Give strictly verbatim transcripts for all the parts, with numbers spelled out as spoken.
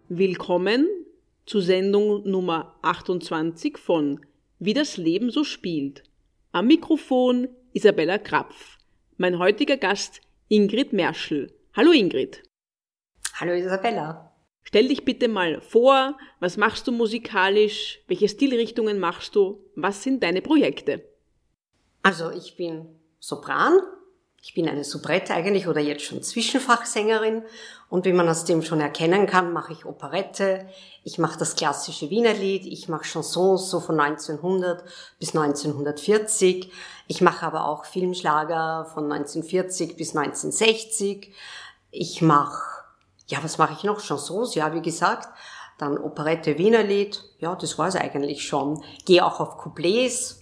Willkommen zu Sendung Nummer achtundzwanzig von Wie das Leben so spielt. Am Mikrofon Isabella Krapf. Mein heutiger Gast Ingrid Merschel. Hallo Ingrid. Hallo Isabella. Stell dich bitte mal vor, was machst du musikalisch, welche Stilrichtungen machst du, was sind deine Projekte? Also ich bin Sopran, ich bin eine Soubrette eigentlich oder jetzt schon Zwischenfachsängerin und wie man aus dem schon erkennen kann, mache ich Operette, ich mache das klassische Wienerlied, ich mache Chansons so von neunzehnhundert bis neunzehnhundertvierzig, ich mache aber auch Filmschlager von neunzehnhundertvierzig bis neunzehnhundertsechzig, ich mache, ja was mache ich noch, Chansons, ja wie gesagt, dann Operette, Wienerlied, ja das war es eigentlich schon, gehe auch auf Couplets,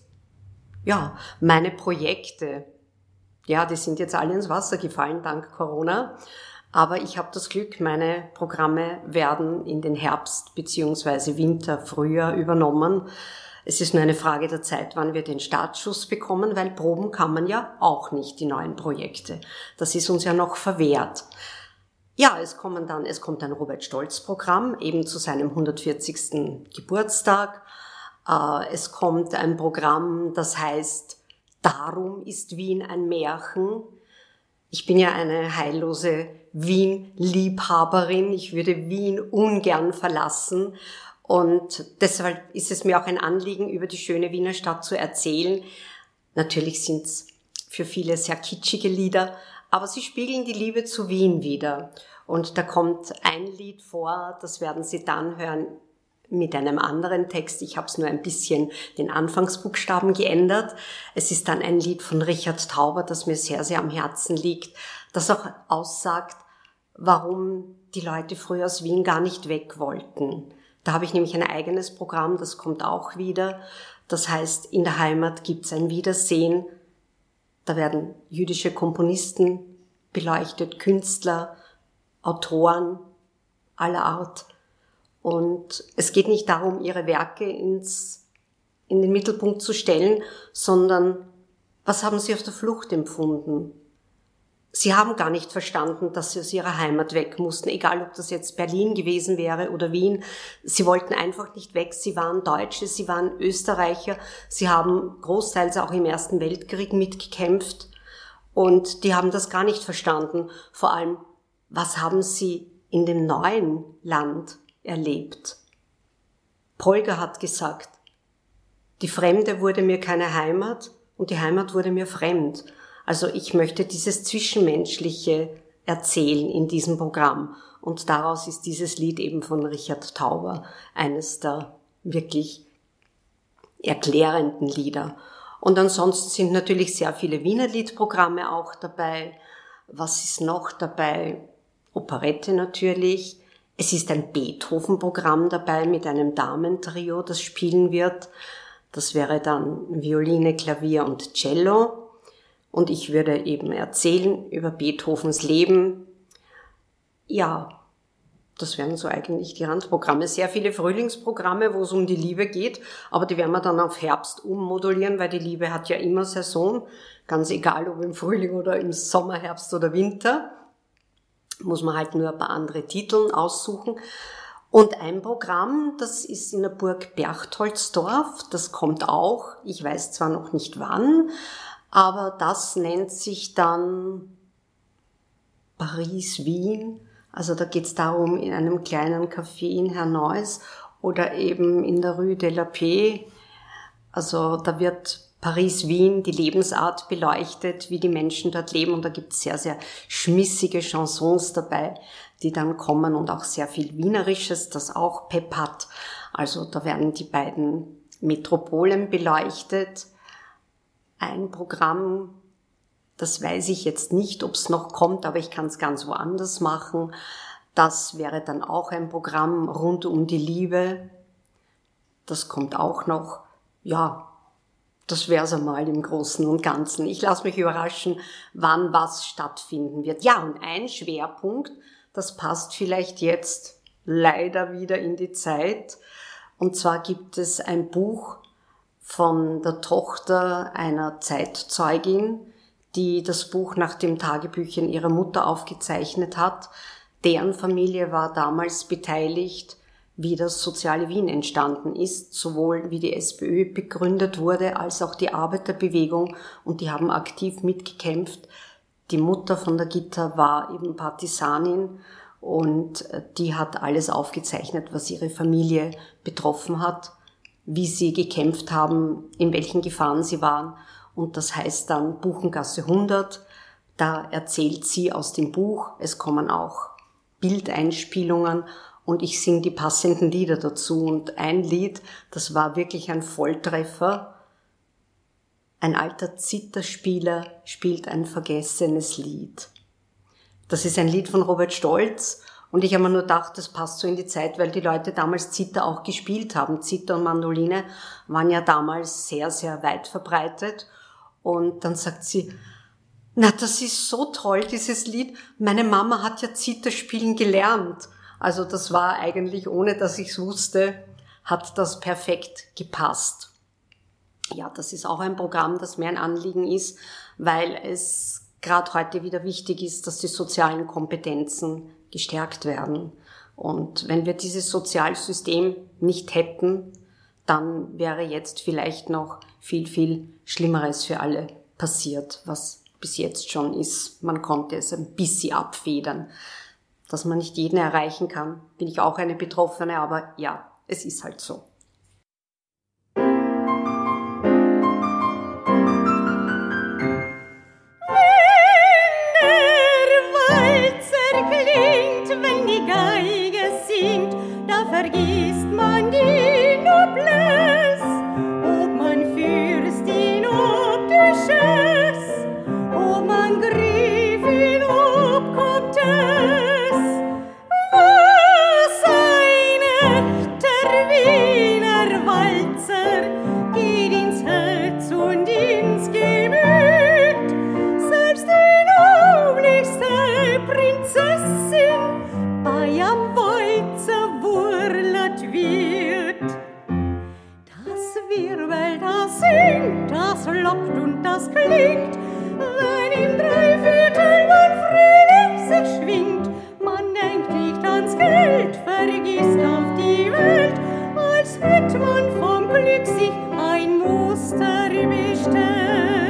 ja meine Projekte. Ja, die sind jetzt alle ins Wasser gefallen, dank Corona. Aber ich habe das Glück, meine Programme werden in den Herbst bzw. Winter, Frühjahr übernommen. Es ist nur eine Frage der Zeit, wann wir den Startschuss bekommen, weil proben kann man ja auch nicht, die neuen Projekte. Das ist uns ja noch verwehrt. Ja, es kommen dann, es kommt ein Robert-Stolz-Programm, eben zu seinem hundertvierzigsten Geburtstag. Es kommt ein Programm, das heißt Darum ist Wien ein Märchen. Ich bin ja eine heillose Wien-Liebhaberin. Ich würde Wien ungern verlassen. Und deshalb ist es mir auch ein Anliegen, über die schöne Wiener Stadt zu erzählen. Natürlich sind es für viele sehr kitschige Lieder, aber sie spiegeln die Liebe zu Wien wider. Und da kommt ein Lied vor, das werden Sie dann hören, mit einem anderen Text. Ich habe es nur ein bisschen den Anfangsbuchstaben geändert. Es ist dann ein Lied von Richard Tauber, das mir sehr, sehr am Herzen liegt, das auch aussagt, warum die Leute früher aus Wien gar nicht weg wollten. Da habe ich nämlich ein eigenes Programm, das kommt auch wieder. Das heißt, in der Heimat gibt es ein Wiedersehen. Da werden jüdische Komponisten beleuchtet, Künstler, Autoren aller Art. Und es geht nicht darum, ihre Werke ins, in den Mittelpunkt zu stellen, sondern was haben sie auf der Flucht empfunden? Sie haben gar nicht verstanden, dass sie aus ihrer Heimat weg mussten, egal ob das jetzt Berlin gewesen wäre oder Wien. Sie wollten einfach nicht weg, sie waren Deutsche, sie waren Österreicher, sie haben großteils auch im Ersten Weltkrieg mitgekämpft und die haben das gar nicht verstanden. Vor allem, was haben sie in dem neuen Land erlebt. Polger hat gesagt, die Fremde wurde mir keine Heimat und die Heimat wurde mir fremd. Also ich möchte dieses Zwischenmenschliche erzählen in diesem Programm und daraus ist dieses Lied eben von Richard Tauber eines der wirklich erklärenden Lieder. Und ansonsten sind natürlich sehr viele Wiener Liedprogramme auch dabei. Was ist noch dabei? Operette natürlich. Es ist ein Beethoven-Programm dabei mit einem Damentrio, das spielen wird. Das wäre dann Violine, Klavier und Cello. Und ich würde eben erzählen über Beethovens Leben. Ja, das wären so eigentlich die Randprogramme. Sehr viele Frühlingsprogramme, wo es um die Liebe geht. Aber die werden wir dann auf Herbst ummodulieren, weil die Liebe hat ja immer Saison. Ganz egal, ob im Frühling oder im Sommer, Herbst oder Winter. Muss man halt nur ein paar andere Titel aussuchen. Und ein Programm, das ist in der Burg Berchtoldsdorf, das kommt auch, ich weiß zwar noch nicht wann, aber das nennt sich dann Paris-Wien. Also da geht es darum, in einem kleinen Café in Herneus oder eben in der Rue de la Paix. Also da wird Paris-Wien, die Lebensart beleuchtet, wie die Menschen dort leben. Und da gibt es sehr, sehr schmissige Chansons dabei, die dann kommen und auch sehr viel Wienerisches, das auch Pep hat. Also da werden die beiden Metropolen beleuchtet. Ein Programm, das weiß ich jetzt nicht, ob es noch kommt, aber ich kann es ganz woanders machen. Das wäre dann auch ein Programm rund um die Liebe. Das kommt auch noch, ja, das wäre es einmal im Großen und Ganzen. Ich lasse mich überraschen, wann was stattfinden wird. Ja, und ein Schwerpunkt, das passt vielleicht jetzt leider wieder in die Zeit. Und zwar gibt es ein Buch von der Tochter einer Zeitzeugin, die das Buch nach den Tagebüchern ihrer Mutter aufgezeichnet hat. deren Familie war damals beteiligt, wie das soziale Wien entstanden ist, sowohl wie die SPÖ begründet wurde, als auch die Arbeiterbewegung, und die haben aktiv mitgekämpft. Die Mutter von der Gitta war eben Partisanin und die hat alles aufgezeichnet, was ihre Familie betroffen hat, wie sie gekämpft haben, in welchen Gefahren sie waren. Und das heißt dann Buchengasse hundert. Da erzählt sie aus dem Buch, es kommen auch Bildeinspielungen und ich singe die passenden Lieder dazu. Und ein Lied, das war wirklich ein Volltreffer. Ein alter Zitherspieler spielt ein vergessenes Lied. Das ist ein Lied von Robert Stolz und ich habe mir nur gedacht, das passt so in die Zeit, weil die Leute damals Zither auch gespielt haben. Zither und Mandoline waren ja damals sehr, sehr weit verbreitet. Und dann sagt sie, na, das ist so toll, dieses Lied. Meine Mama hat ja Zither spielen gelernt. Also das war eigentlich, ohne dass ich es wusste, hat das perfekt gepasst. Ja, das ist auch ein Programm, das mir ein Anliegen ist, weil es gerade heute wieder wichtig ist, dass die sozialen Kompetenzen gestärkt werden. Und wenn wir dieses Sozialsystem nicht hätten, dann wäre jetzt vielleicht noch viel, viel Schlimmeres für alle passiert, was bis jetzt schon ist. Man konnte es ein bisschen abfedern. Dass man nicht jeden erreichen kann, bin ich auch eine Betroffene, aber ja, es ist halt so. Vergisst man die Noblesse, ob man Fürstin, ob Duchesse, ob man Gräfin, ob Comtesse. Was ein echter Wiener Walzer geht ins Herz und ins Gemüt. Selbst die noblichste Prinzessin bei am Walzer wird. Das wirbelt, das singt, das lockt und das klingt, wenn im Dreiviertel man fröhlich sich schwingt. Man denkt nicht ans Geld, vergisst auf die Welt, als hätte man vom Glück sich ein Muster bestellt.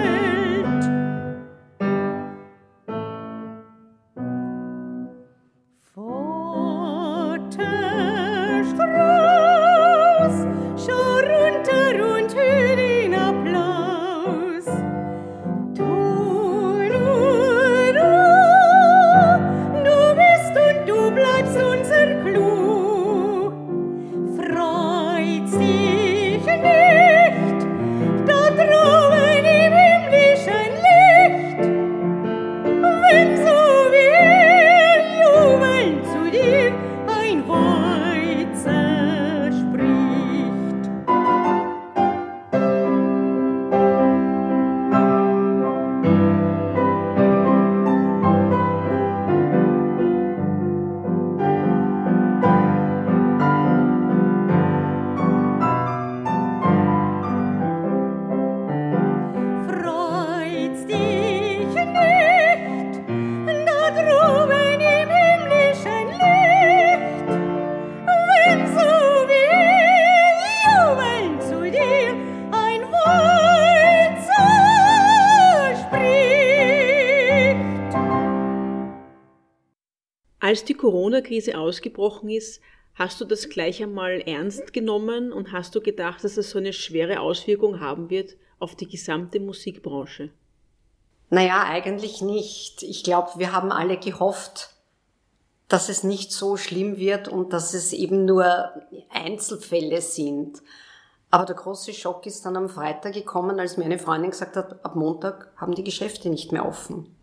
Als die Corona-Krise ausgebrochen ist, hast du das gleich einmal ernst genommen und hast du gedacht, dass es so eine schwere Auswirkung haben wird auf die gesamte Musikbranche? Naja, eigentlich nicht. Ich glaube, wir haben alle gehofft, dass es nicht so schlimm wird und dass es eben nur Einzelfälle sind. Aber der große Schock ist dann am Freitag gekommen, als mir eine Freundin gesagt hat, ab Montag haben die Geschäfte nicht mehr offen.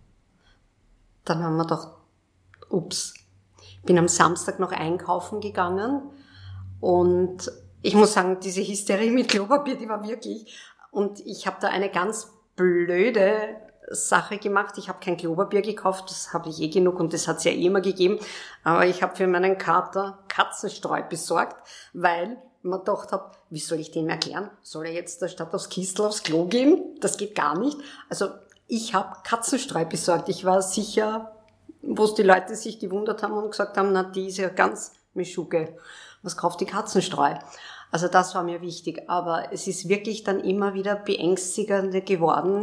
Dann haben wir gedacht, ups. Bin am Samstag noch einkaufen gegangen und ich muss sagen, diese Hysterie mit Klopapier, die war wirklich, und ich habe da eine ganz blöde Sache gemacht. Ich habe kein Klopapier gekauft, das habe ich eh genug und das hat es ja eh immer gegeben, aber ich habe für meinen Kater Katzenstreu besorgt, weil man gedacht habe, wie soll ich dem erklären? Soll er jetzt statt aufs Kistel aufs Klo gehen? Das geht gar nicht. Also ich habe Katzenstreu besorgt. Ich war sicher wo die Leute sich gewundert haben und gesagt haben, na, die ist ja ganz Mischuke, was kauft die Katzenstreu? Also das war mir wichtig, aber es ist wirklich dann immer wieder beängstigender geworden,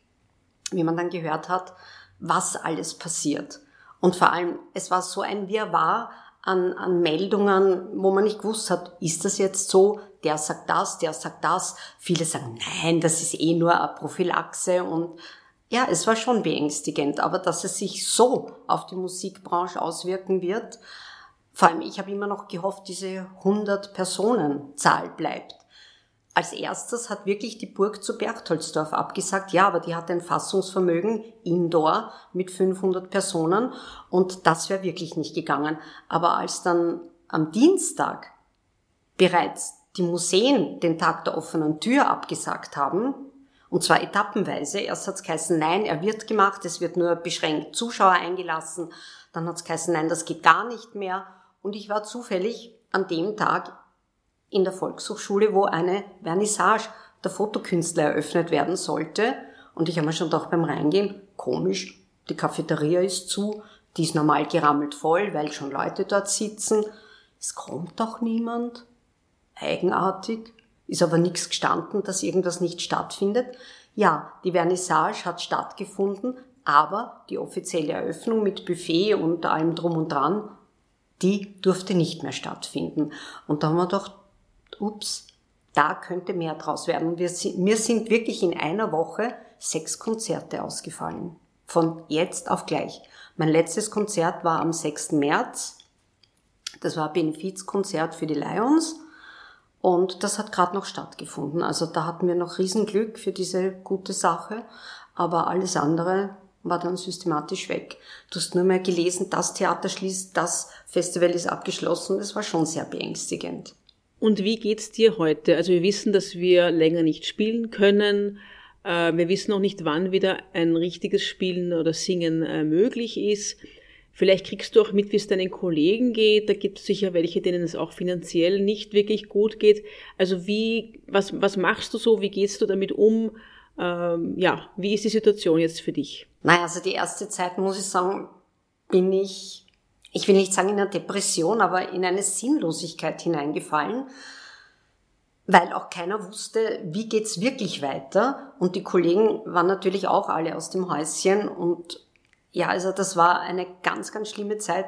wie man dann gehört hat, was alles passiert. Und vor allem, es war so ein Wirrwarr an, an Meldungen, wo man nicht gewusst hat, ist das jetzt so, der sagt das, der sagt das. Viele sagen, nein, das ist eh nur eine Prophylaxe. Und ja, es war schon beängstigend, aber dass es sich so auf die Musikbranche auswirken wird, vor allem, ich habe immer noch gehofft, diese hundert-Personen-Zahl bleibt. Als erstes hat wirklich die Burg zu Berchtoldsdorf abgesagt, ja, aber die hat ein Fassungsvermögen indoor mit fünfhundert Personen und das wäre wirklich nicht gegangen. Aber als dann am Dienstag bereits die Museen den Tag der offenen Tür abgesagt haben, und zwar etappenweise, erst hat es geheißen, nein, er wird gemacht, es wird nur beschränkt Zuschauer eingelassen, dann hat es geheißen, nein, das geht gar nicht mehr. Und ich war zufällig an dem Tag in der Volkshochschule, wo eine Vernissage der Fotokünstler eröffnet werden sollte. Und ich habe mir schon gedacht beim Reingehen, komisch, die Cafeteria ist zu, die ist normal gerammelt voll, weil schon Leute dort sitzen. Es kommt doch niemand. Eigenartig. Ist aber nichts gestanden, dass irgendwas nicht stattfindet. Ja, die Vernissage hat stattgefunden, aber die offizielle Eröffnung mit Buffet und allem drum und dran, die durfte nicht mehr stattfinden. Und da haben wir gedacht, ups, da könnte mehr draus werden. Wir sind, mir sind wirklich in einer Woche sechs Konzerte ausgefallen. Von jetzt auf gleich. Mein letztes Konzert war am sechsten März. Das war ein Benefizkonzert für die Lions. Und das hat gerade noch stattgefunden. Also da hatten wir noch Riesenglück für diese gute Sache. Aber alles andere war dann systematisch weg. Du hast nur mehr gelesen, das Theater schließt, das Festival ist abgeschlossen. Das war schon sehr beängstigend. Und wie geht's dir heute? Also wir wissen, dass wir länger nicht spielen können. Wir wissen noch nicht, wann wieder ein richtiges Spielen oder Singen möglich ist. Vielleicht kriegst du auch mit, wie es deinen Kollegen geht. Da gibt es sicher welche, denen es auch finanziell nicht wirklich gut geht. Also wie, was, was machst du so? Wie gehst du damit um? Ähm, ja, wie ist die Situation jetzt für dich? Naja, also die erste Zeit, muss ich sagen, bin ich, ich will nicht sagen in einer Depression, aber in eine Sinnlosigkeit hineingefallen, weil auch keiner wusste, wie geht's wirklich weiter. Und die Kollegen waren natürlich auch alle aus dem Häuschen. Und ja, also das war eine ganz, ganz schlimme Zeit.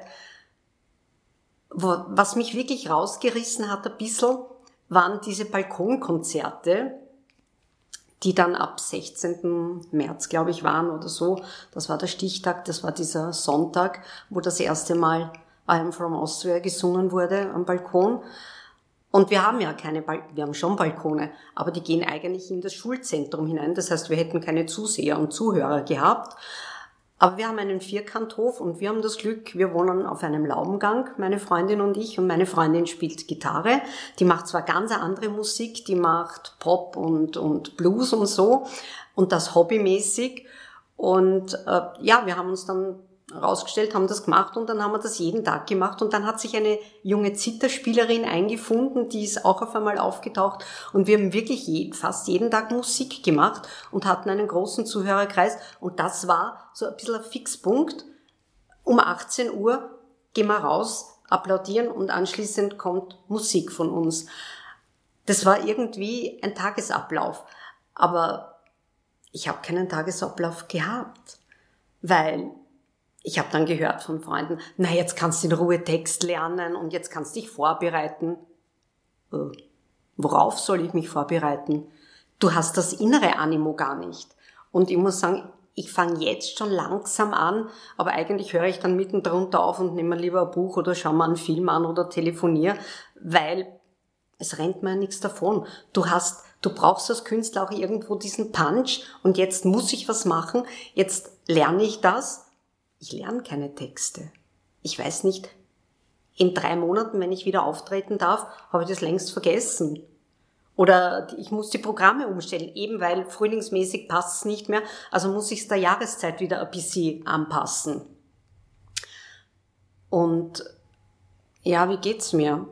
Was mich wirklich rausgerissen hat ein bisschen, waren diese Balkonkonzerte, die dann ab sechzehnten März, glaube ich, waren oder so. Das war der Stichtag, das war dieser Sonntag, wo das erste Mal I Am From Austria gesungen wurde am Balkon. Und wir haben ja keine, Bal- wir haben schon Balkone, aber die gehen eigentlich in das Schulzentrum hinein. Das heißt, wir hätten keine Zuseher und Zuhörer gehabt. Aber wir haben einen Vierkanthof und wir haben das Glück, wir wohnen auf einem Laubengang, meine Freundin und ich. Und meine Freundin spielt Gitarre. Die macht zwar ganz andere Musik, die macht Pop und, und Blues und so. Und das hobbymäßig. Und äh, ja, wir haben uns dann rausgestellt, haben das gemacht und dann haben wir das jeden Tag gemacht. Und dann hat sich eine junge Zitherspielerin eingefunden, die ist auch auf einmal aufgetaucht. Und wir haben wirklich jeden, fast jeden Tag Musik gemacht und hatten einen großen Zuhörerkreis. Und das war so ein bisschen ein Fixpunkt. Um achtzehn Uhr gehen wir raus, applaudieren und anschließend kommt Musik von uns. Das war irgendwie ein Tagesablauf. Aber ich habe keinen Tagesablauf gehabt, weil ich habe dann gehört von Freunden, na, jetzt kannst du in Ruhe Text lernen und jetzt kannst du dich vorbereiten. Äh, worauf soll ich mich vorbereiten? Du hast das innere Animo gar nicht. Und ich muss sagen, ich fange jetzt schon langsam an, aber eigentlich höre ich dann mitten drunter auf und nehme mir lieber ein Buch oder schaue mir einen Film an oder telefoniere, weil es rennt mir nichts davon. Du hast, du brauchst als Künstler auch irgendwo diesen Punch und jetzt muss ich was machen, jetzt lerne ich das. Ich lerne keine Texte. Ich weiß nicht, in drei Monaten, wenn ich wieder auftreten darf, habe ich das längst vergessen. Oder ich muss die Programme umstellen, eben weil frühlingsmäßig passt es nicht mehr, also muss ich es der Jahreszeit wieder ein bisschen anpassen. Und ja, wie geht's mir?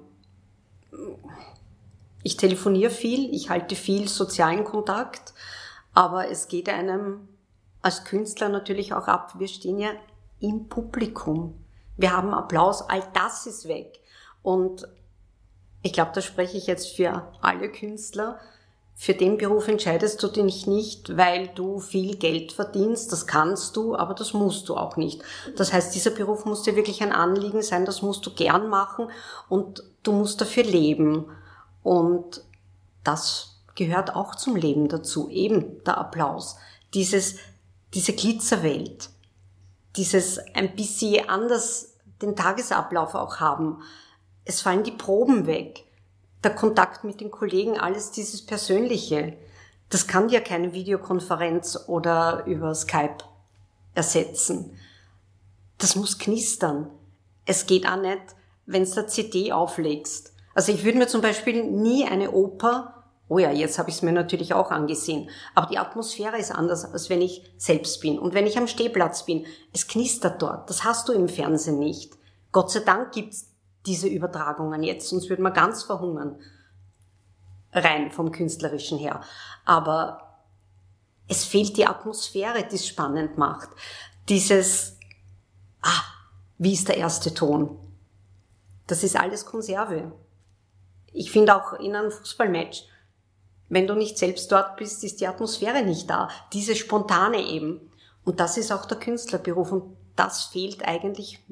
Ich telefoniere viel, ich halte viel sozialen Kontakt, aber es geht einem als Künstler natürlich auch ab. Wir stehen ja im Publikum. Wir haben Applaus, all das ist weg. Und ich glaube, da spreche ich jetzt für alle Künstler. Für den Beruf entscheidest du dich nicht, weil du viel Geld verdienst. Das kannst du, aber das musst du auch nicht. Das heißt, dieser Beruf muss dir wirklich ein Anliegen sein, das musst du gern machen und du musst dafür leben. Und das gehört auch zum Leben dazu, eben der Applaus. Dieses, diese Glitzerwelt, dieses ein bisschen anders den Tagesablauf auch haben. Es fallen die Proben weg. Der Kontakt mit den Kollegen, alles dieses Persönliche, das kann ja keine Videokonferenz oder über Skype ersetzen. Das muss knistern. Es geht auch nicht, wenn du eine C D auflegst. Also ich würde mir zum Beispiel nie eine Oper, oh ja, jetzt habe ich es mir natürlich auch angesehen, aber die Atmosphäre ist anders, als wenn ich selbst bin. Und wenn ich am Stehplatz bin, es knistert dort. Das hast du im Fernsehen nicht. Gott sei Dank gibt's diese Übertragungen jetzt, sonst würde man ganz verhungern, rein vom Künstlerischen her. Aber es fehlt die Atmosphäre, die es spannend macht. Dieses, ah, wie ist der erste Ton? Das ist alles Konserve. Ich finde auch in einem Fußballmatch, wenn du nicht selbst dort bist, ist die Atmosphäre nicht da. Diese Spontane eben. Und das ist auch der Künstlerberuf und das fehlt eigentlich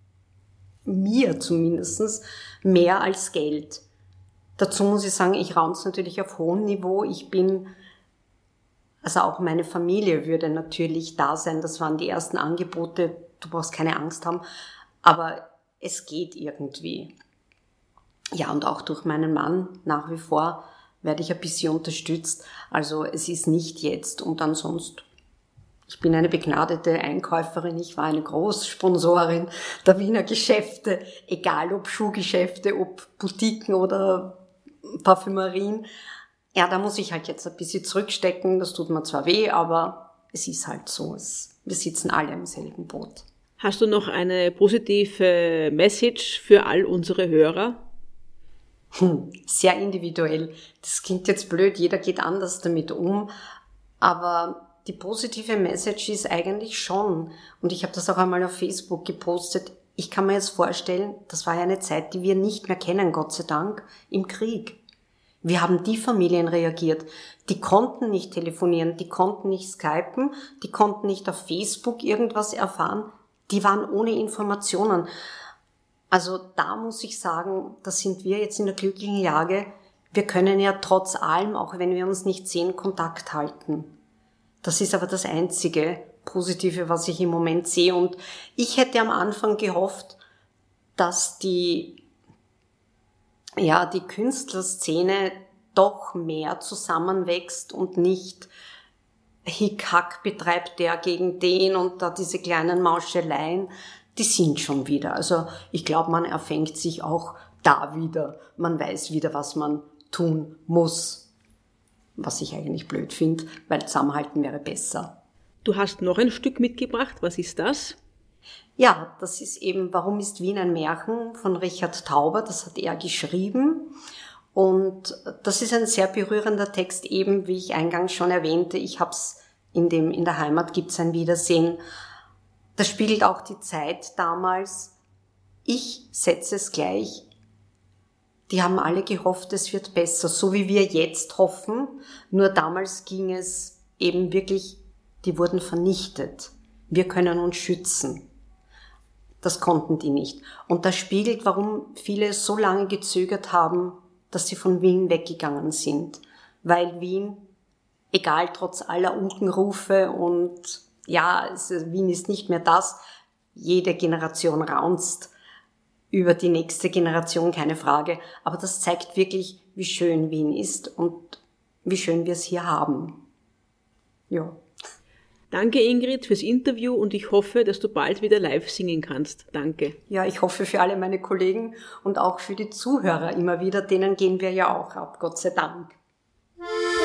mir zumindest mehr als Geld. Dazu muss ich sagen, ich raun's natürlich auf hohem Niveau. Ich bin, also auch meine Familie würde natürlich da sein. Das waren die ersten Angebote. Du brauchst keine Angst haben. Aber es geht irgendwie. Ja, und auch durch meinen Mann nach wie vor werde ich ein bisschen unterstützt. Also es ist nicht jetzt und ansonsten. Ich bin eine begnadete Einkäuferin, ich war eine Großsponsorin der Wiener Geschäfte, egal ob Schuhgeschäfte, ob Boutiquen oder Parfümerien. Ja, da muss ich halt jetzt ein bisschen zurückstecken, das tut mir zwar weh, aber es ist halt so. Es, wir sitzen alle im selben Boot. Hast du noch eine positive Message für all unsere Hörer? Hm, sehr individuell. Das klingt jetzt blöd, jeder geht anders damit um, aber die positive Message ist eigentlich schon, und ich habe das auch einmal auf Facebook gepostet, ich kann mir jetzt vorstellen, das war ja eine Zeit, die wir nicht mehr kennen, Gott sei Dank, im Krieg. Wir haben die Familien reagiert, die konnten nicht telefonieren, die konnten nicht skypen, die konnten nicht auf Facebook irgendwas erfahren, die waren ohne Informationen. Also da muss ich sagen, da sind wir jetzt in der glücklichen Lage, wir können ja trotz allem, auch wenn wir uns nicht sehen, Kontakt halten. Das ist aber das einzige Positive, was ich im Moment sehe. Und ich hätte am Anfang gehofft, dass die, ja, die Künstlerszene doch mehr zusammenwächst und nicht Hickhack betreibt der gegen den und da diese kleinen Mauscheleien, die sind schon wieder. Also ich glaube, man erfängt sich auch da wieder. Man weiß wieder, was man tun muss. Was ich eigentlich blöd finde, weil zusammenhalten wäre besser. Du hast noch ein Stück mitgebracht. Was ist das? Ja, das ist eben Warum ist Wien ein Märchen von Richard Tauber. Das hat er geschrieben. Und das ist ein sehr berührender Text, eben wie ich eingangs schon erwähnte. Ich habe es in dem in der Heimat gibt's ein Wiedersehen. Das spiegelt auch die Zeit damals. Ich setze es gleich. Die haben alle gehofft, es wird besser, so wie wir jetzt hoffen. Nur damals ging es eben wirklich, die wurden vernichtet. Wir können uns schützen. Das konnten die nicht. Und das spiegelt, warum viele so lange gezögert haben, dass sie von Wien weggegangen sind. Weil Wien, egal trotz aller Unkenrufe und ja, es, Wien ist nicht mehr das, jede Generation raunzt über die nächste Generation, keine Frage. Aber das zeigt wirklich, wie schön Wien ist und wie schön wir es hier haben. Ja. Danke, Ingrid, fürs Interview und ich hoffe, dass du bald wieder live singen kannst. Danke. Ja, ich hoffe für alle meine Kollegen und auch für die Zuhörer immer wieder, denen gehen wir ja auch ab, Gott sei Dank.